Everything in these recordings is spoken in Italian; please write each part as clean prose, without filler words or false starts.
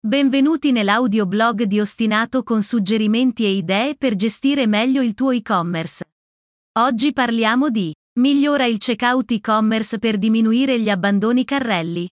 Benvenuti nell'audioblog di Ostinato con suggerimenti e idee per gestire meglio il tuo e-commerce. Oggi parliamo di migliora il checkout e-commerce per diminuire gli abbandoni carrelli.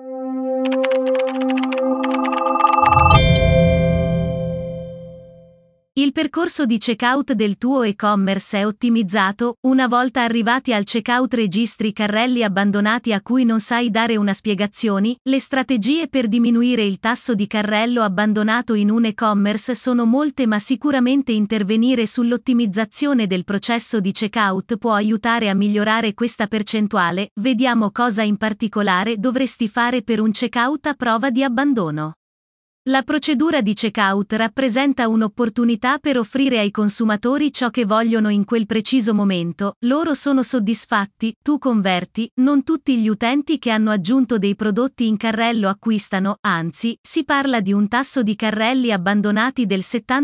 Il percorso di checkout del tuo e-commerce è ottimizzato, una volta arrivati al checkout registri carrelli abbandonati a cui non sai dare una spiegazione. Le strategie per diminuire il tasso di carrello abbandonato in un e-commerce sono molte, ma sicuramente intervenire sull'ottimizzazione del processo di checkout può aiutare a migliorare questa percentuale. Vediamo cosa in particolare dovresti fare per un checkout a prova di abbandono. La procedura di checkout rappresenta un'opportunità per offrire ai consumatori ciò che vogliono in quel preciso momento. Loro sono soddisfatti, tu converti. Non tutti gli utenti che hanno aggiunto dei prodotti in carrello acquistano, anzi, si parla di un tasso di carrelli abbandonati del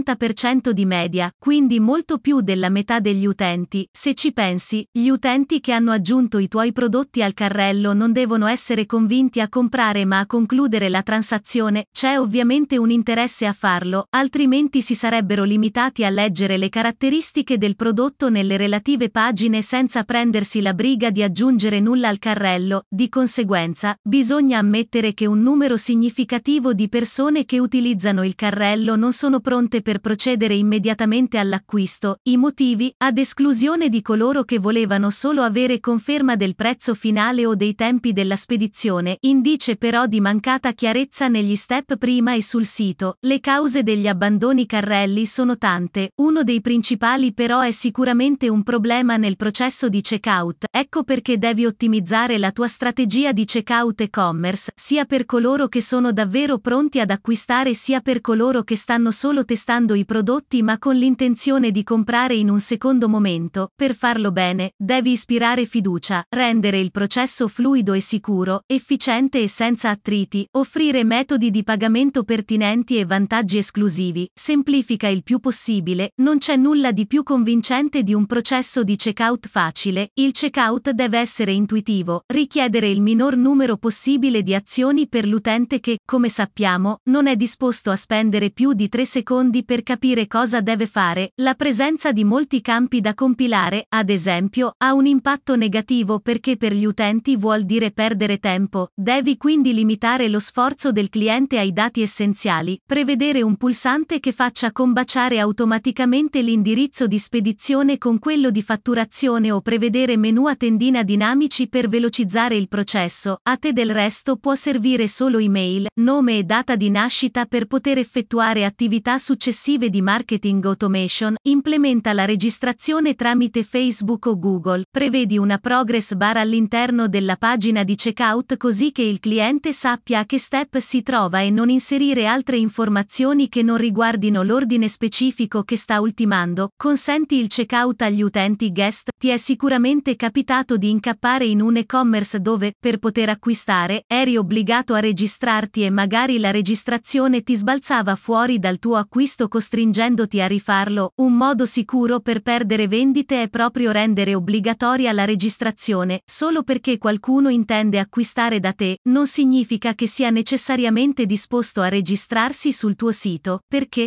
70% di media, quindi molto più della metà degli utenti. Se ci pensi, gli utenti che hanno aggiunto i tuoi prodotti al carrello non devono essere convinti a comprare ma a concludere la transazione. C'è ovviamente un interesse a farlo, altrimenti si sarebbero limitati a leggere le caratteristiche del prodotto nelle relative pagine senza prendersi la briga di aggiungere nulla al carrello. Di conseguenza, bisogna ammettere che un numero significativo di persone che utilizzano il carrello non sono pronte per procedere immediatamente all'acquisto. I motivi, ad esclusione di coloro che volevano solo avere conferma del prezzo finale o dei tempi della spedizione, indice però di mancata chiarezza negli step prima e sul sito. Le cause degli abbandoni carrelli sono tante, uno dei principali però è sicuramente un problema nel processo di checkout. Ecco perché devi ottimizzare la tua strategia di checkout e-commerce, sia per coloro che sono davvero pronti ad acquistare sia per coloro che stanno solo testando i prodotti ma con l'intenzione di comprare in un secondo momento. Per farlo bene, devi ispirare fiducia, rendere il processo fluido e sicuro, efficiente e senza attriti, offrire metodi di pagamento pertinenti e vantaggi esclusivi, semplifica il più possibile. Non c'è nulla di più convincente di un processo di checkout facile. Il checkout deve essere intuitivo, richiedere il minor numero possibile di azioni per l'utente che, come sappiamo, non è disposto a spendere più di 3 secondi per capire cosa deve fare. La presenza di molti campi da compilare, ad esempio, ha un impatto negativo perché per gli utenti vuol dire perdere tempo. Devi quindi limitare lo sforzo del cliente ai dati essenziali, prevedere un pulsante che faccia combaciare automaticamente l'indirizzo di spedizione con quello di fatturazione o prevedere menu a tendina dinamici per velocizzare il processo. A te del resto può servire solo email, nome e data di nascita per poter effettuare attività successive di marketing automation. Implementa la registrazione tramite Facebook o Google. Prevedi una progress bar all'interno della pagina di checkout così che il cliente sappia a che step si trova e non inserire altre informazioni che non riguardino l'ordine specifico che sta ultimando. Consenti il checkout agli utenti guest. Ti è sicuramente capitato di incappare in un e-commerce dove, per poter acquistare, eri obbligato a registrarti e magari la registrazione ti sbalzava fuori dal tuo acquisto costringendoti a rifarlo. Un modo sicuro per perdere vendite è proprio rendere obbligatoria la registrazione. Solo perché qualcuno intende acquistare da te, non significa che sia necessariamente disposto a registrarsi sul tuo sito, perché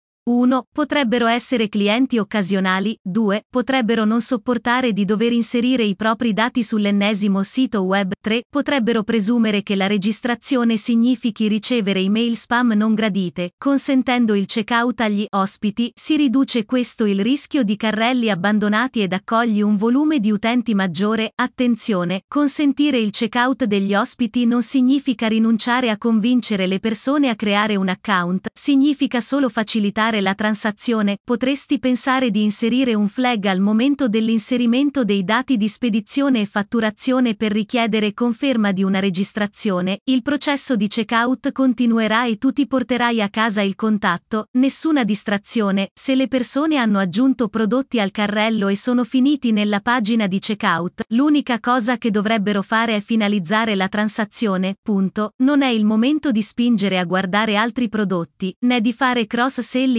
1. Potrebbero essere clienti occasionali. 2. Potrebbero non sopportare di dover inserire i propri dati sull'ennesimo sito web. 3. Potrebbero presumere che la registrazione significhi ricevere email spam non gradite. Consentendo il checkout agli ospiti, si riduce questo il rischio di carrelli abbandonati ed accogli un volume di utenti maggiore. Attenzione, consentire il checkout degli ospiti non significa rinunciare a convincere le persone a creare un account, significa solo facilitare la transazione. Potresti pensare di inserire un flag al momento dell'inserimento dei dati di spedizione e fatturazione per richiedere conferma di una registrazione. Il processo di checkout continuerà e tu ti porterai a casa il contatto. Nessuna distrazione. Se le persone hanno aggiunto prodotti al carrello e sono finiti nella pagina di checkout, l'unica cosa che dovrebbero fare è finalizzare la transazione. Punto. Non è il momento di spingere a guardare altri prodotti, né di fare cross-selling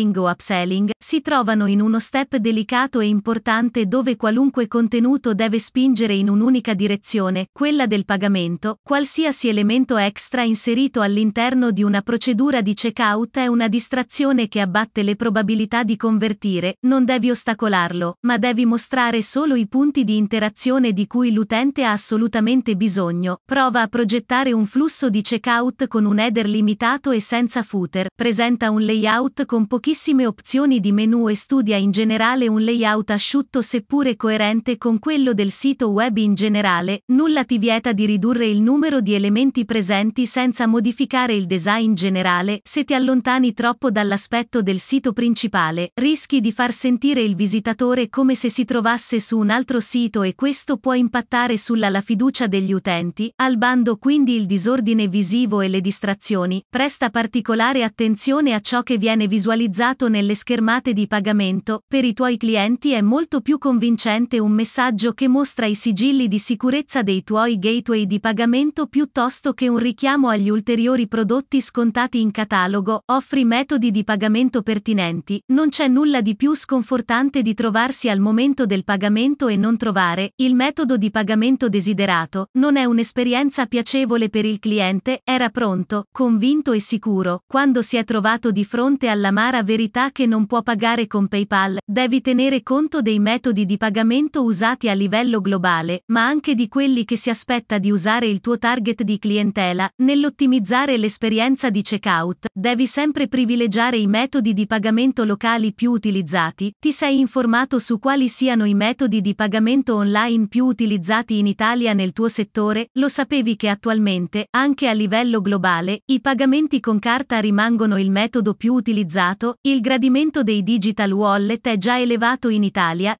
cross-selling o upselling, si trovano in uno step delicato e importante dove qualunque contenuto deve spingere in un'unica direzione, quella del pagamento. Qualsiasi elemento extra inserito all'interno di una procedura di checkout è una distrazione che abbatte le probabilità di convertire. Non devi ostacolarlo, ma devi mostrare solo i punti di interazione di cui l'utente ha assolutamente bisogno. Prova a progettare un flusso di checkout con un header limitato e senza footer. Presenta un layout con pochissime opzioni di menu e studia in generale un layout asciutto seppure coerente con quello del sito web in generale. Nulla ti vieta di ridurre il numero di elementi presenti senza modificare il design generale. Se ti allontani troppo dall'aspetto del sito principale, rischi di far sentire il visitatore come se si trovasse su un altro sito e questo può impattare sulla fiducia degli utenti. Al bando quindi il disordine visivo e le distrazioni. Presta particolare attenzione a ciò che viene visualizzato nelle schermate di pagamento. Per i tuoi clienti è molto più convincente un messaggio che mostra i sigilli di sicurezza dei tuoi gateway di pagamento piuttosto che un richiamo agli ulteriori prodotti scontati in catalogo. Offri metodi di pagamento pertinenti. Non c'è nulla di più sconfortante di trovarsi al momento del pagamento e non trovare il metodo di pagamento desiderato. Non è un'esperienza piacevole per il cliente. Era pronto, convinto e sicuro, quando si è trovato di fronte all'amara verità che non può pagare con PayPal. Devi tenere conto dei metodi di pagamento usati a livello globale, ma anche di quelli che si aspetta di usare il tuo target di clientela. Nell'ottimizzare l'esperienza di checkout, devi sempre privilegiare i metodi di pagamento locali più utilizzati. Ti sei informato su quali siano i metodi di pagamento online più utilizzati in Italia nel tuo settore? Lo sapevi che attualmente, anche a livello globale, i pagamenti con carta rimangono il metodo più utilizzato? Il gradimento dei digital wallet è già elevato in Italia,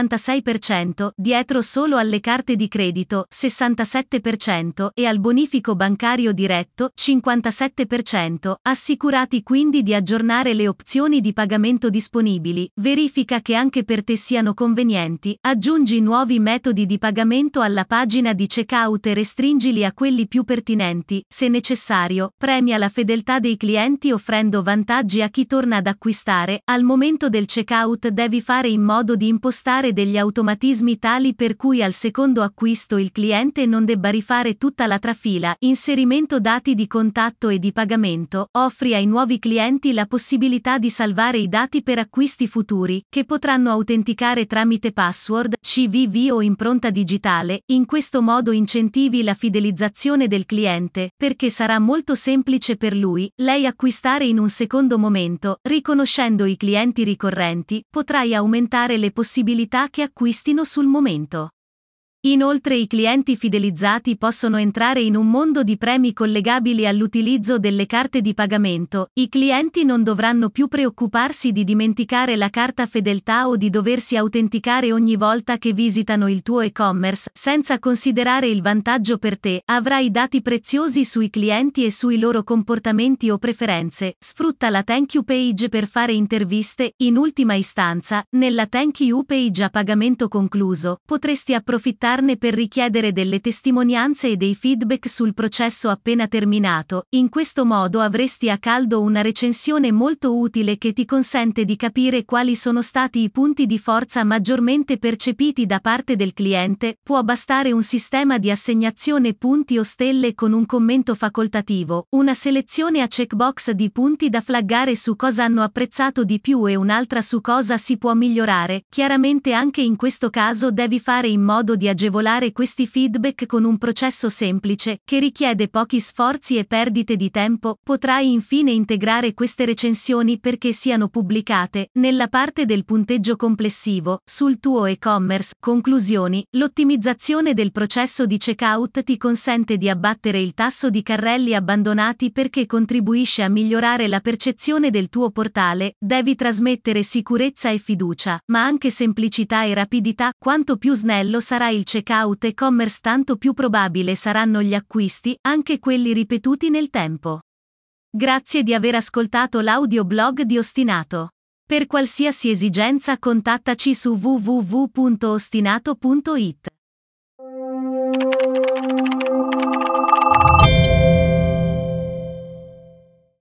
56%, dietro solo alle carte di credito, 67%, e al bonifico bancario diretto, 57%. Assicurati quindi di aggiornare le opzioni di pagamento disponibili. Verifica che anche per te siano convenienti. Aggiungi nuovi metodi di pagamento alla pagina di checkout e restringili a quelli più pertinenti. Se necessario, premia la fedeltà dei clienti offrendo vantaggi a chi torna ad acquistare. Al momento del checkout devi fare in modo di impostare degli automatismi tali per cui al secondo acquisto il cliente non debba rifare tutta la trafila. Inserimento dati di contatto e di pagamento. Offri ai nuovi clienti la possibilità di salvare i dati per acquisti futuri, che potranno autenticare tramite password, CVV o impronta digitale. In questo modo incentivi la fidelizzazione del cliente, perché sarà molto semplice per lui, lei acquistare in un secondo momento. Riconoscendo i clienti ricorrenti, potrai aumentare le possibilità che acquistino sul momento. Inoltre i clienti fidelizzati possono entrare in un mondo di premi collegabili all'utilizzo delle carte di pagamento. I clienti non dovranno più preoccuparsi di dimenticare la carta fedeltà o di doversi autenticare ogni volta che visitano il tuo e-commerce. Senza considerare il vantaggio per te, avrai dati preziosi sui clienti e sui loro comportamenti o preferenze. Sfrutta la Thank You Page per fare interviste. In ultima istanza, nella Thank You Page a pagamento concluso, potresti approfittare per richiedere delle testimonianze e dei feedback sul processo appena terminato. In questo modo avresti a caldo una recensione molto utile che ti consente di capire quali sono stati i punti di forza maggiormente percepiti da parte del cliente. Può bastare un sistema di assegnazione punti o stelle con un commento facoltativo, una selezione a checkbox di punti da flaggare su cosa hanno apprezzato di più e un'altra su cosa si può migliorare. Chiaramente anche in questo caso devi fare in modo di agevolare questi feedback con un processo semplice, che richiede pochi sforzi e perdite di tempo. Potrai infine integrare queste recensioni perché siano pubblicate nella parte del punteggio complessivo sul tuo e-commerce. Conclusioni: l'ottimizzazione del processo di checkout ti consente di abbattere il tasso di carrelli abbandonati perché contribuisce a migliorare la percezione del tuo portale. Devi trasmettere sicurezza e fiducia, ma anche semplicità e rapidità. Quanto più snello sarà il checkout e-commerce, tanto più probabile saranno gli acquisti, anche quelli ripetuti nel tempo. Grazie di aver ascoltato l'audioblog di Ostinato. Per qualsiasi esigenza contattaci su www.ostinato.it.